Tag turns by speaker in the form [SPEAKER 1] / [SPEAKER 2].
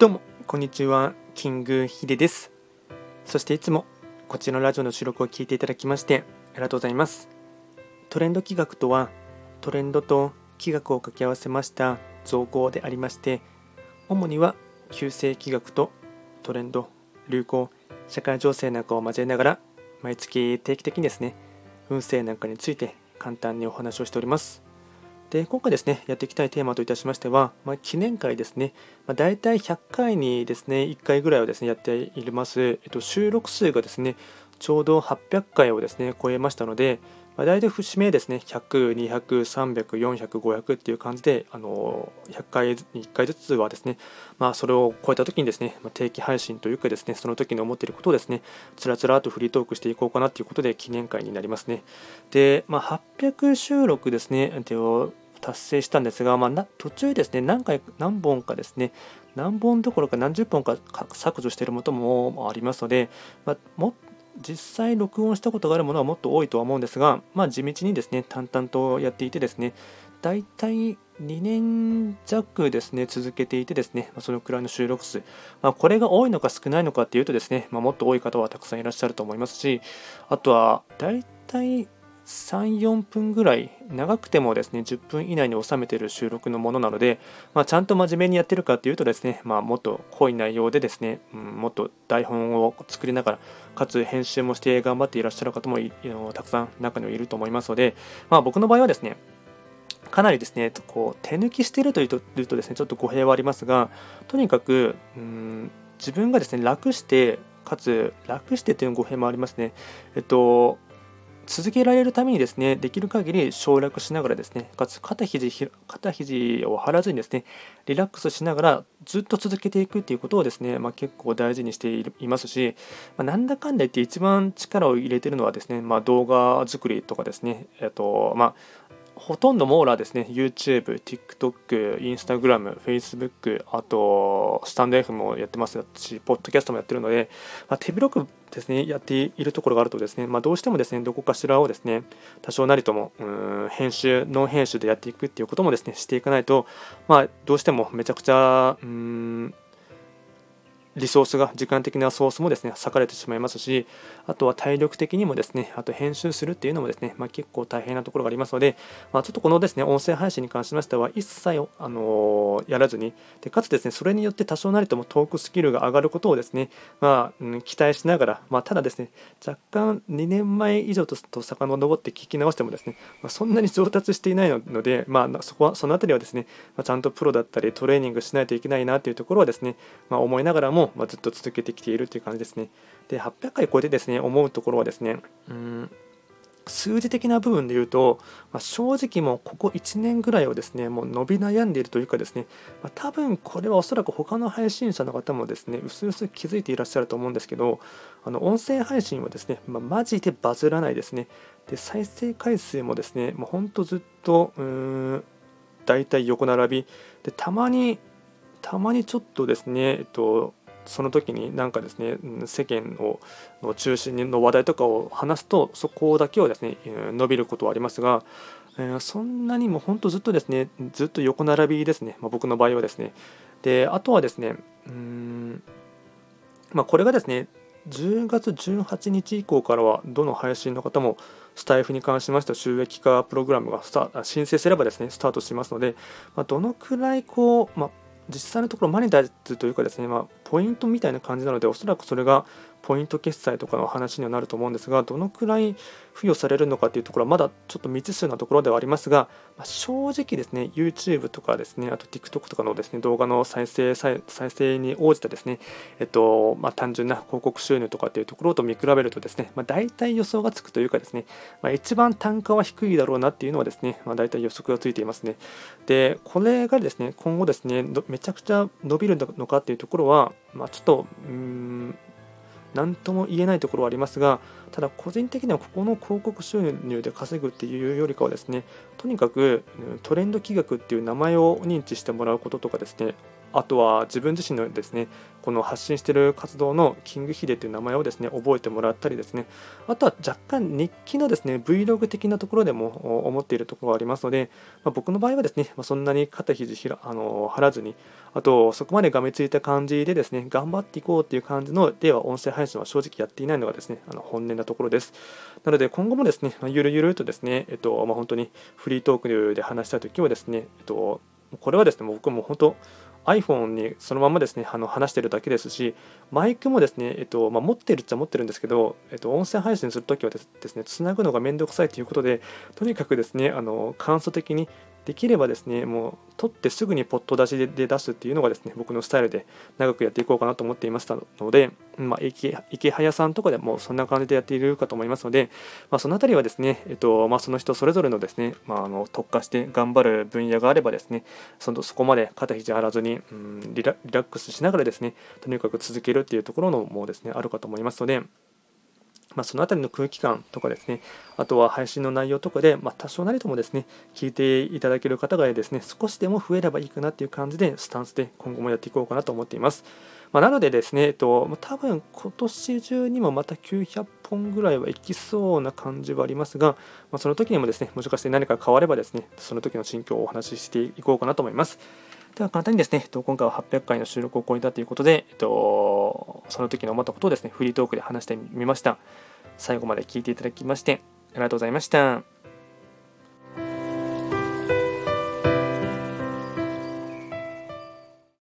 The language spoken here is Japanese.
[SPEAKER 1] どうもこんにちは、キングヒデです。そしていつもこちらのラジオの収録を聞いていただきましてありがとうございます。トレンド企画とは、トレンドと企画を掛け合わせました造語でありまして、主には旧世企画とトレンド、流行、社会情勢なんかを交えながら毎月定期的にですね、運勢なんかについて簡単にお話をしております。で、今回ですね、やっていきたいテーマといたしましては、記念会ですね。だいたい100回にですね、1回ぐらいをですね、やっています。収録数がですね、ちょうど800回をですね、超えましたので、だいたい節目ですね、100、200、300、400、500っていう感じで、100回に1回ずつはですね、それを超えた時にですね、定期配信というかですね、その時に思っていることをですね、つらつらとフリートークしていこうかなということで、記念会になりますね。で、800収録ですね、達成したんですが、途中ですね、何本かですね、何本どころか何十本か削除しているものもありますので、実際録音したことがあるものはもっと多いとは思うんですが、地道にですね、淡々とやっていてですね、だいたい2年弱ですね、続けていてですね、そのくらいの収録数、これが多いのか少ないのかっていうとですね、もっと多い方はたくさんいらっしゃると思いますし、あとはだいたい3、4分ぐらい、長くてもですね、10分以内に収めている収録のものなので、ちゃんと真面目にやってるかというとですね、もっと濃い内容でですね、もっと台本を作りながら、かつ編集もして頑張っていらっしゃる方もたくさん中にはいると思いますので、僕の場合はですね、かなりですね、手抜きしているというとですね、ちょっと語弊はありますが、とにかく自分がですね、楽して、かつ楽してという語弊もありますね。続けられるためにですね、できる限り省略しながらですね、かつ肩肘を張らずにですね、リラックスしながらずっと続けていくということをですね、結構大事にしていますし、なんだかんだ言って一番力を入れているのはですね、動画作りとかですね、ほとんど網羅ですね、YouTube、TikTok、Instagram、Facebook、あと、スタンド F もやってますし、ポッドキャストもやってるので、手広くですね、やっているところがあるとですね、どうしてもですね、どこかしらをですね、多少なりとも、ノン編集でやっていくっていうこともですね、していかないと、どうしてもめちゃくちゃ、時間的なソースもですね、割かれてしまいますし、あとは体力的にもですね、あと編集するっていうのもですね、結構大変なところがありますので、ちょっとこのですね、音声配信に関しましては、一切やらずに、でかつですね、それによって多少なりともトークスキルが上がることをですね、期待しながら、ただですね、若干2年前以上と遡って聞き直してもですね、そんなに上達していないので、そのあたりはですね、ちゃんとプロだったりトレーニングしないといけないなというところはですね、思いながらもずっと続けてきているという感じですね。で、800回超えてですね、思うところはですね、数字的な部分で言うと、正直もうここ1年ぐらいはですね、もう伸び悩んでいるというかですね、多分これはおそらく他の配信者の方もですね、うすうす気づいていらっしゃると思うんですけど、音声配信はですね、マジでバズらないですね。で、再生回数もですね、もうほんとずっと、だいたい横並びで、たまにちょっとですね、その時になんかですね、世間の中心の話題とかを話すと、そこだけはですね、伸びることはありますが、そんなにも本当ずっとですね、ずっと横並びですね、僕の場合はですね。で、あとはですね、これがですね、10月18日以降からは、どの配信の方もスタイフに関しましては収益化プログラムが申請すればですね、スタートしますので、どのくらい実際のところマネタイズというかですね、ポイントみたいな感じなので、おそらくそれがポイント決済とかの話にはなると思うんですが、どのくらい付与されるのかというところはまだちょっと未知数なところではありますが、正直ですね、YouTube とかですね、あと TikTok とかのですね、動画の再生に応じたですね、単純な広告収入とかっていうところと見比べるとですね、大体予想がつくというかですね、一番単価は低いだろうなっていうのはですね、大体予測がついていますね。で、これがですね、今後ですね、めちゃくちゃ伸びるのかっていうところは、ちょっと、何とも言えないところはありますが、ただ個人的にはここの広告収入で稼ぐっていうよりかはですね、とにかくトレンド企画っていう名前を認知してもらうこととかですね、 あとは自分自身のですね、この発信している活動のキングヒデという名前をですね、覚えてもらったりですね、あとは若干日記のですね、Vlog 的なところでも思っているところがありますので、僕の場合はですね、そんなに肩肘張らずに、あとそこまでがめついた感じでですね、頑張っていこうっていう感じのでは音声配信は正直やっていないのがですね、本音なところです。なので今後もですね、ゆるゆるとですね、本当にフリートークで話したいときはですね、これはですね、僕も本当 iPhone にそのままですね、話しているだけですし、マイクもですね、持ってるっちゃ持ってるんですけど、音声配信するときはですね、つなぐのがめんどくさいということで、とにかくですね、簡素的にできればですね、もう撮ってすぐにポット出しで出すっていうのがですね、僕のスタイルで長くやっていこうかなと思っていましたので、池早さんとかでもそんな感じでやっているかと思いますので、そのあたりはですね、その人それぞれのですね、特化して頑張る分野があればですね、そこまで肩肘張らずに、リラックスしながらですね、とにかく続けるっていうところのもですね、あるかと思いますので、そのあたりの空気感とかですね、あとは配信の内容とかで、多少なりともですね、聞いていただける方がですね、少しでも増えればいいかなっていう感じで、スタンスで今後もやっていこうかなと思っています。なのでですね、多分今年中にもまた900本ぐらいはいきそうな感じはありますが、その時にもですね、もしかして何か変わればですね、その時の心境をお話ししていこうかなと思います。では簡単にですね、今回は800回の収録を超えたということで、その時に思ったことをですね、フリートークで話してみました。最後まで聞いていただきまして、ありがとうございました。